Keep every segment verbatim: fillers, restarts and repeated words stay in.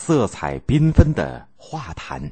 色彩缤纷的画坛。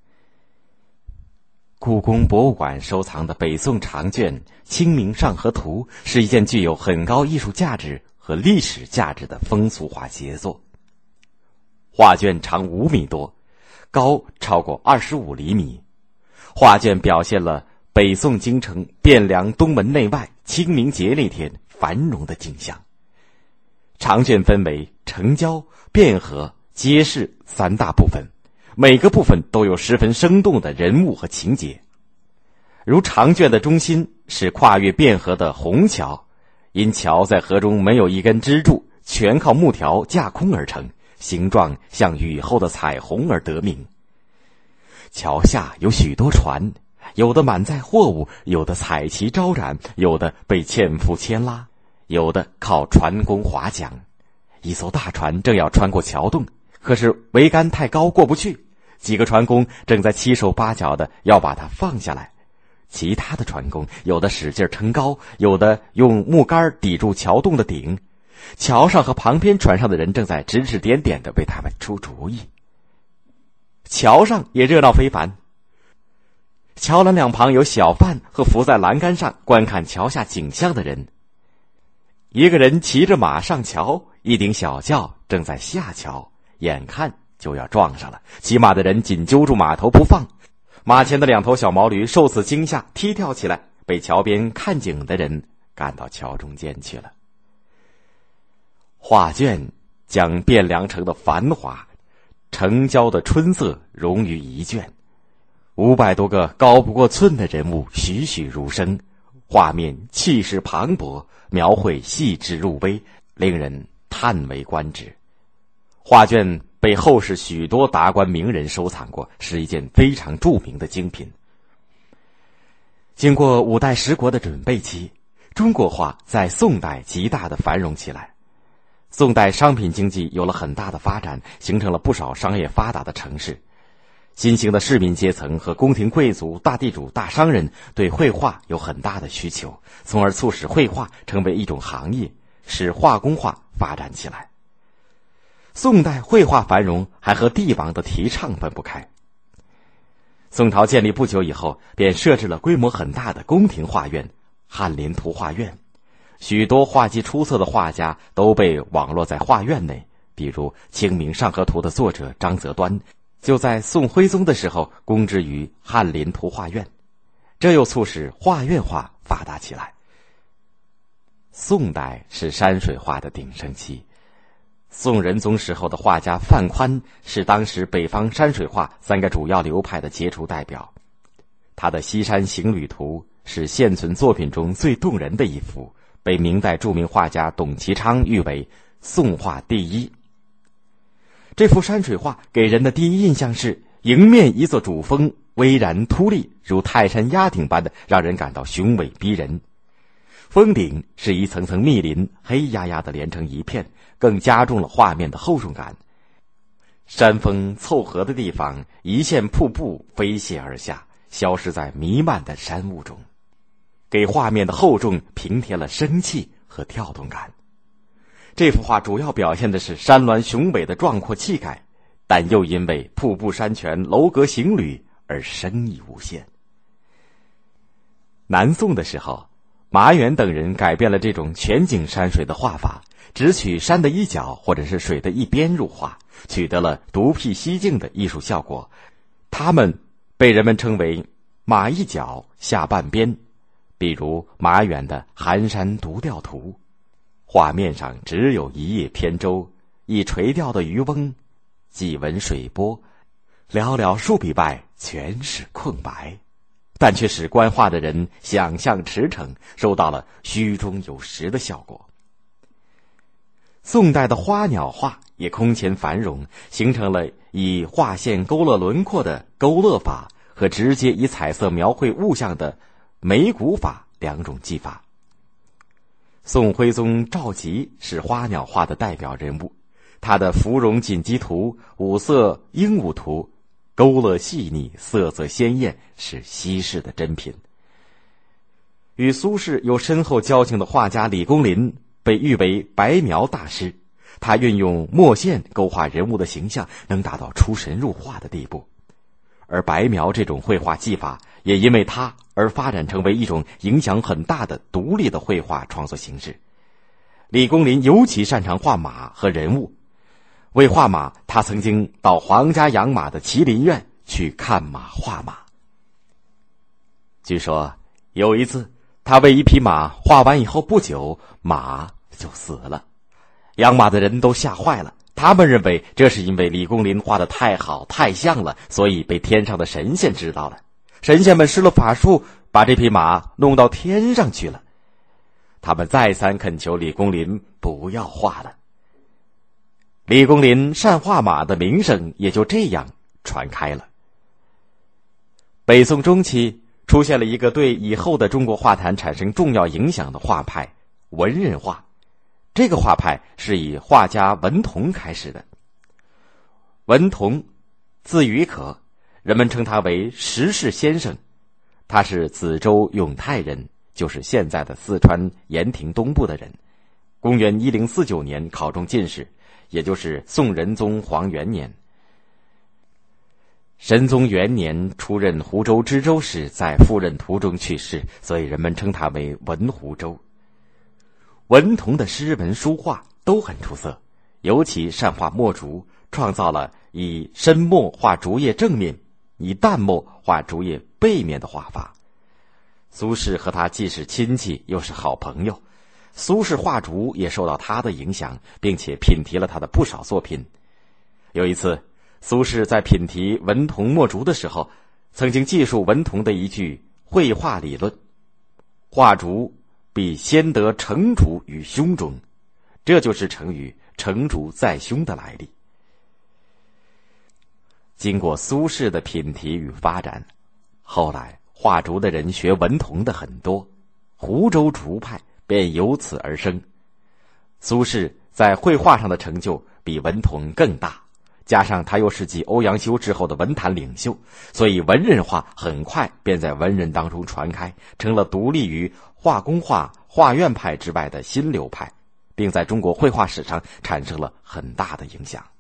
故宫博物馆收藏的北宋长卷《清明上河图》是一件具有很高艺术价值和历史价值的风俗画杰作。画卷长五米多，高超过二十五厘米。画卷表现了北宋京城汴梁东门内外清明节那天繁荣的景象。长卷分为城郊、汴河、街市三大部分，每个部分都有十分生动的人物和情节。如长卷的中心是跨越汴河的虹桥，因桥在河中没有一根支柱，全靠木条架空而成，形状像雨后的彩虹而得名。桥下有许多船，有的满载货物，有的彩旗招展，有的被纤夫牵拉，有的靠船工划桨。一艘大船正要穿过桥洞，可是桅杆太高过不去，几个船工正在七手八脚的要把它放下来。其他的船工有的使劲撑高，有的用木杆抵住桥洞的顶。桥上和旁边船上的人正在指指点点的为他们出主意。桥上也热闹非凡，桥栏两旁有小贩和伏在栏杆上观看桥下景象的人。一个人骑着马上桥，一顶小轿正在下桥，眼看就要撞上了，骑马的人紧揪住马头不放。马前的两头小毛驴受此惊吓，踢跳起来，被桥边看景的人赶到桥中间去了。画卷将汴梁城的繁华、城郊的春色融于一卷，五百多个高不过寸的人物栩栩如生，画面气势磅礴，描绘细致入微，令人叹为观止。画卷被后世许多达官名人收藏过，是一件非常著名的精品。经过五代十国的准备期，中国画在宋代极大的繁荣起来。宋代商品经济有了很大的发展，形成了不少商业发达的城市。新兴的市民阶层和宫廷贵族、大地主、大商人对绘画有很大的需求，从而促使绘画成为一种行业，使画工画发展起来。宋代绘画繁荣还和帝王的提倡分不开。宋朝建立不久以后，便设置了规模很大的宫廷画院——翰林图画院。许多画技出色的画家都被网络在画院内，比如《清明上河图》的作者张择端，就在宋徽宗的时候供职于翰林图画院，这又促使画院画发达起来。宋代是山水画的鼎盛期。宋仁宗时候的画家范宽是当时北方山水画三个主要流派的杰出代表。他的《西山行旅图》是现存作品中最动人的一幅，被明代著名画家董其昌誉为宋画第一。这幅山水画给人的第一印象是迎面一座主峰，巍然突立，如泰山压顶般的，让人感到雄伟逼人。峰顶是一层层密林，黑压压的连成一片，更加重了画面的厚重感。山峰凑合的地方，一线瀑布飞泻而下，消失在弥漫的山雾中，给画面的厚重平添了生气和跳动感。这幅画主要表现的是山峦雄伟的壮阔气概，但又因为瀑布山泉、楼阁行旅而深意无限。南宋的时候，马远等人改变了这种全景山水的画法，只取山的一角或者是水的一边入画，取得了独辟蹊径的艺术效果。他们被人们称为马一角下半边，比如马远的《寒山独钓图》，画面上只有一叶扁舟，一垂钓的渔翁，几纹水波，寥寥数笔外全是空白，但却使观画的人想象驰骋，收到了虚中有实的效果。宋代的花鸟画也空前繁荣，形成了以画线勾勒轮廓的勾勒法和直接以彩色描绘物象的眉骨法两种技法。宋徽宗赵佶是花鸟画的代表人物，他的《芙蓉锦鸡图》《五色鹦鹉图》勾勒细腻，色泽鲜艳，是稀世的珍品。与苏轼有深厚交情的画家李公麟被誉为白描大师， 他运用墨线勾画人物的形象，能达到出神入化的地步。而白描这种绘画技法也因为他而发展成为一种影响很大的独立的绘画创作形式。李公麟尤其擅长画马和人物，为画马，他曾经到皇家养马的麒麟院去看马画马。据说有一次，他为一匹马画完以后不久，马就死了。养马的人都吓坏了，他们认为这是因为李公麟画得太好太像了，所以被天上的神仙知道了。神仙们施了法术，把这匹马弄到天上去了。他们再三恳求李公麟不要画了。李公麟善画马的名声也就这样传开了。北宋中期出现了一个对以后的中国画坛产生重要影响的画派——文人画。这个画派是以画家文同开始的。文同，字于可，人们称他为石氏先生。他是梓州永泰人，就是现在的四川盐亭东部的人。公元一零四九年考中进士，也就是宋仁宗皇元年。神宗元年出任湖州知州时，在赴任途中去世，所以人们称他为文湖州。文同的诗文书画都很出色，尤其善画墨竹，创造了以深墨画竹叶正面，以淡墨画竹叶背面的画法。苏轼和他既是亲戚又是好朋友，苏轼画竹也受到他的影响，并且品题了他的不少作品。有一次，苏轼在品题文同墨竹的时候，曾经记述文同的一句绘画理论：画竹必先得成竹于胸中，这就是成语成竹在胸的来历。经过苏轼的品题与发展，后来画竹的人学文同的很多，湖州竹派便由此而生。苏轼在绘画上的成就比文同更大，加上他又是继欧阳修之后的文坛领袖，所以文人画很快便在文人当中传开，成了独立于画工画、画院派之外的新流派，并在中国绘画史上产生了很大的影响。